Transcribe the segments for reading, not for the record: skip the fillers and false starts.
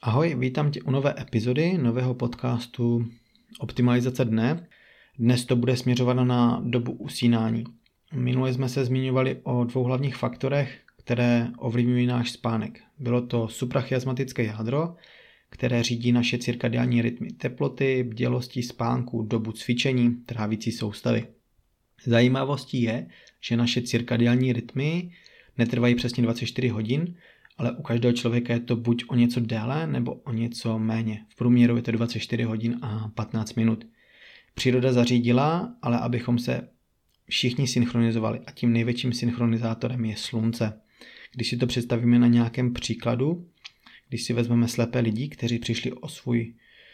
Ahoj, vítám tě u nové epizody nového podcastu Optimalizace dne. Dnes to bude směřováno na dobu usínání. Minule jsme se zmiňovali o dvou hlavních faktorech, které ovlivňují náš spánek. Bylo to suprachiasmatické jádro, které řídí naše cirkadiální rytmy teploty, bdělosti, spánku, dobu cvičení, trávicí soustavy. Zajímavostí je, že naše cirkadiální rytmy netrvají přesně 24 hodin, ale u každého člověka je to buď o něco déle, nebo o něco méně. V průměru je to 24 hodin a 15 minut. Příroda zařídila, ale abychom se všichni synchronizovali a tím největším synchronizátorem je slunce. Když si to představíme na nějakém příkladu, když si vezmeme slepé lidi, kteří přišli o svůj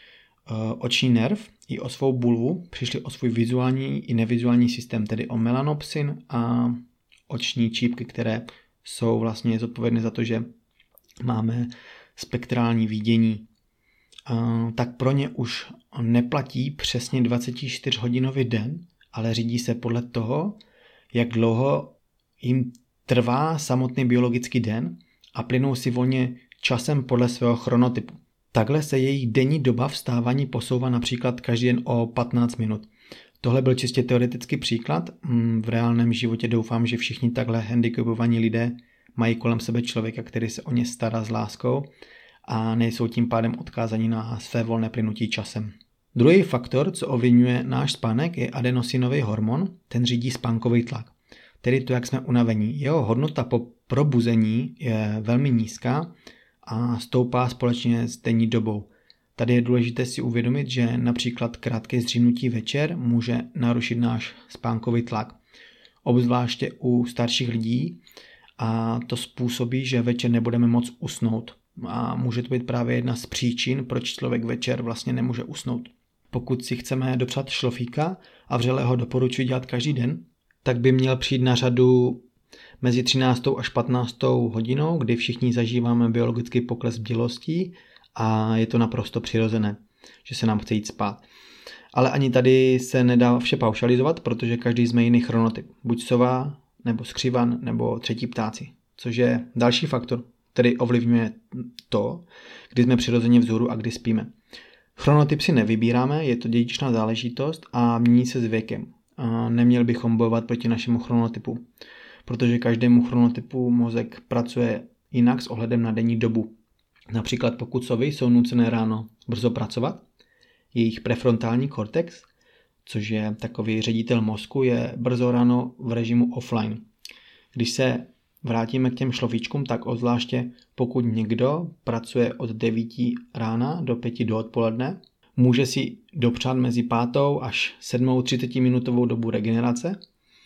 oční nerv i o svou bulvu, přišli o svůj vizuální i nevizuální systém, tedy o melanopsin a oční čípky, které jsou vlastně zodpovědné za to, že máme spektrální vidění. Tak pro ně už neplatí přesně 24-hodinový den, ale řídí se podle toho, jak dlouho jim trvá samotný biologický den a plynou si volně časem podle svého chronotypu. Takhle se jejich denní doba vstávání posouvá například každý den o 15 minut. Tohle byl čistě teoretický příklad. V reálném životě doufám, že všichni takhle handicapovaní lidé mají kolem sebe člověka, který se o ně stará s láskou a nejsou tím pádem odkázaní na své volné plynutí časem. Druhý faktor, co ovlivňuje náš spánek, je adenosinový hormon, ten řídí spánkový tlak. Tedy to, jak jsme unavení. Jeho hodnota po probuzení je velmi nízká a stoupá společně s denní dobou. Tady je důležité si uvědomit, že například krátké zdřímnutí večer může narušit náš spánkový tlak. Obzvláště u starších lidí a to způsobí, že večer nebudeme moct usnout. A může to být právě jedna z příčin, proč člověk večer vlastně nemůže usnout. Pokud si chceme dopřát šlofíka a vřele ho doporučuji dělat každý den, tak by měl přijít na řadu mezi 13. až 15. hodinou, kdy všichni zažíváme biologický pokles bdělostí a je to naprosto přirozené, že se nám chce jít spát. Ale ani tady se nedá vše paušalizovat, protože každý jsme jiný chronotyp. Buď sova, nebo skřivan, nebo třetí ptáci. Což je další faktor, který ovlivňuje to, kdy jsme přirozeně vzhůru a kdy spíme. Chronotyp si nevybíráme, je to dědičná záležitost a mění se s věkem. A neměli bychom bojovat proti našemu chronotypu, protože každému chronotypu mozek pracuje jinak s ohledem na denní dobu. Například pokud sovy jsou nucené ráno brzo pracovat, jejich prefrontální kortex, což je takový ředitel mozku, je brzo ráno v režimu offline. Když se vrátíme k těm šlofíčkům, tak obzvláště pokud někdo pracuje od 9 rána do 5 do odpoledne, může si dopřát mezi 5. až 7. 30 minutovou dobu regenerace,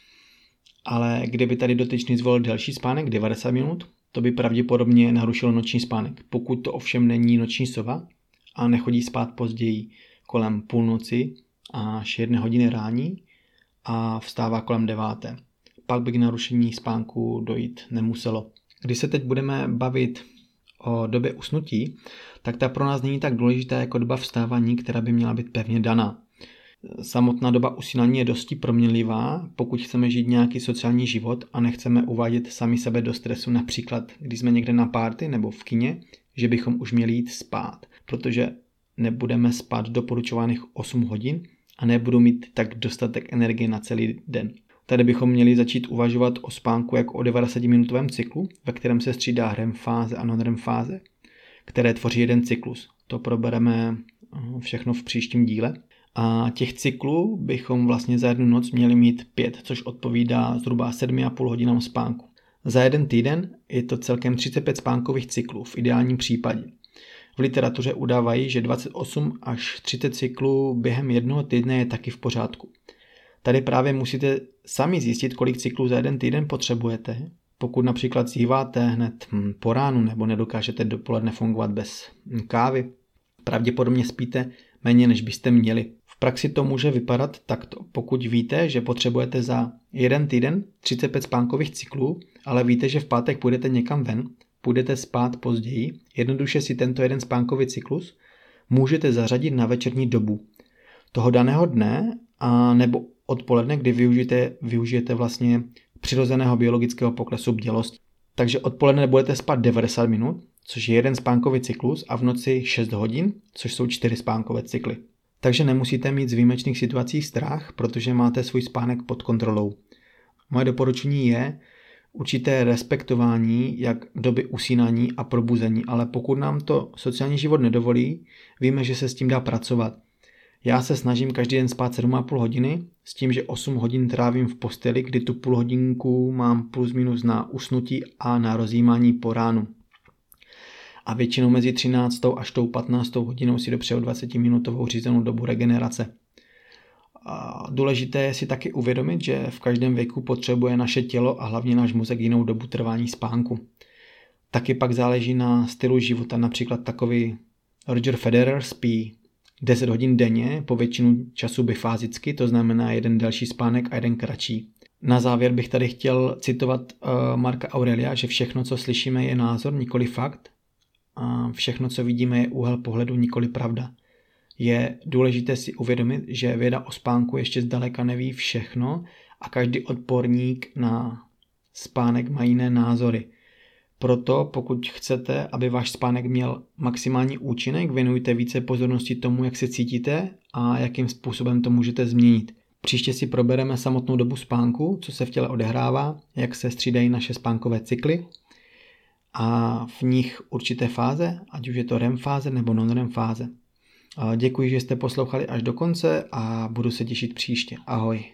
ale kdyby tady dotyčný zvolil delší spánek, 90 minut, to by pravděpodobně narušilo noční spánek. Pokud to ovšem není noční sova a nechodí spát později kolem půlnoci až 1 hodiny rání a vstává kolem 9. Pak by k narušení spánku dojít nemuselo. Když se teď budeme bavit o době usnutí, tak ta pro nás není tak důležitá jako doba vstávání, která by měla být pevně daná. Samotná doba usínání je dosti proměnlivá, pokud chceme žít nějaký sociální život a nechceme uvádět sami sebe do stresu, například když jsme někde na party nebo v kině, že bychom už měli jít spát, protože nebudeme spát doporučovaných 8 hodin a nebudou mít tak dostatek energie na celý den. Tady bychom měli začít uvažovat o spánku jako o 90-minutovém cyklu, ve kterém se střídá REM fáze a non-REM fáze, které tvoří jeden cyklus. To probereme všechno v příštím díle. A těch cyklů bychom vlastně za jednu noc měli mít 5, což odpovídá zhruba 7,5 hodinám spánku. Za jeden týden je to celkem 35 spánkových cyklů v ideálním případě. V literatuře udávají, že 28 až 30 cyklů během jednoho týdne je taky v pořádku. Tady právě musíte sami zjistit, kolik cyklů za jeden týden potřebujete. Pokud například zíváte hned po ránu nebo nedokážete dopoledne fungovat bez kávy, pravděpodobně spíte méně, než byste měli. V praxi to může vypadat takto. Pokud víte, že potřebujete za jeden týden 35 spánkových cyklů, ale víte, že v pátek půjdete někam ven, půjdete spát později, jednoduše si tento jeden spánkový cyklus můžete zařadit na večerní dobu toho daného dne a nebo odpoledne, kdy využijete vlastně přirozeného biologického poklesu bdělosti. Takže odpoledne budete spát 90 minut, což je 1 spánkový cyklus, a v noci 6 hodin, což jsou 4 spánkové cykly. Takže nemusíte mít z výjimečných situací strach, protože máte svůj spánek pod kontrolou. Moje doporučení je určité respektování jak doby usínání a probuzení, ale pokud nám to sociální život nedovolí, víme, že se s tím dá pracovat. Já se snažím každý den spát 7,5 hodiny, s tím, že 8 hodin trávím v posteli, kdy tu půl hodinku mám plus minus na usnutí a na rozjímání po ránu. A většinou mezi 13. až 15. hodinou si dopřeju 20-minutovou řízenou dobu regenerace. A důležité je si taky uvědomit, že v každém věku potřebuje naše tělo a hlavně náš mozek jinou dobu trvání spánku. Taky pak záleží na stylu života, například takový Roger Federer spí 10 hodin denně, po většinu času bifázicky, to znamená jeden delší spánek a jeden kratší. Na závěr bych tady chtěl citovat Marca Aurelia, že všechno, co slyšíme, je názor, nikoli fakt. A všechno, co vidíme, je úhel pohledu, nikoli pravda. Je důležité si uvědomit, že věda o spánku ještě zdaleka neví všechno a každý odborník na spánek má jiné názory. Proto pokud chcete, aby váš spánek měl maximální účinek, věnujte více pozornosti tomu, jak se cítíte a jakým způsobem to můžete změnit. Příště si probereme samotnou dobu spánku, co se v těle odehrává, jak se střídají naše spánkové cykly a v nich určité fáze, ať už je to REM fáze nebo non-REM fáze. Děkuji, že jste poslouchali až do konce a budu se těšit příště. Ahoj.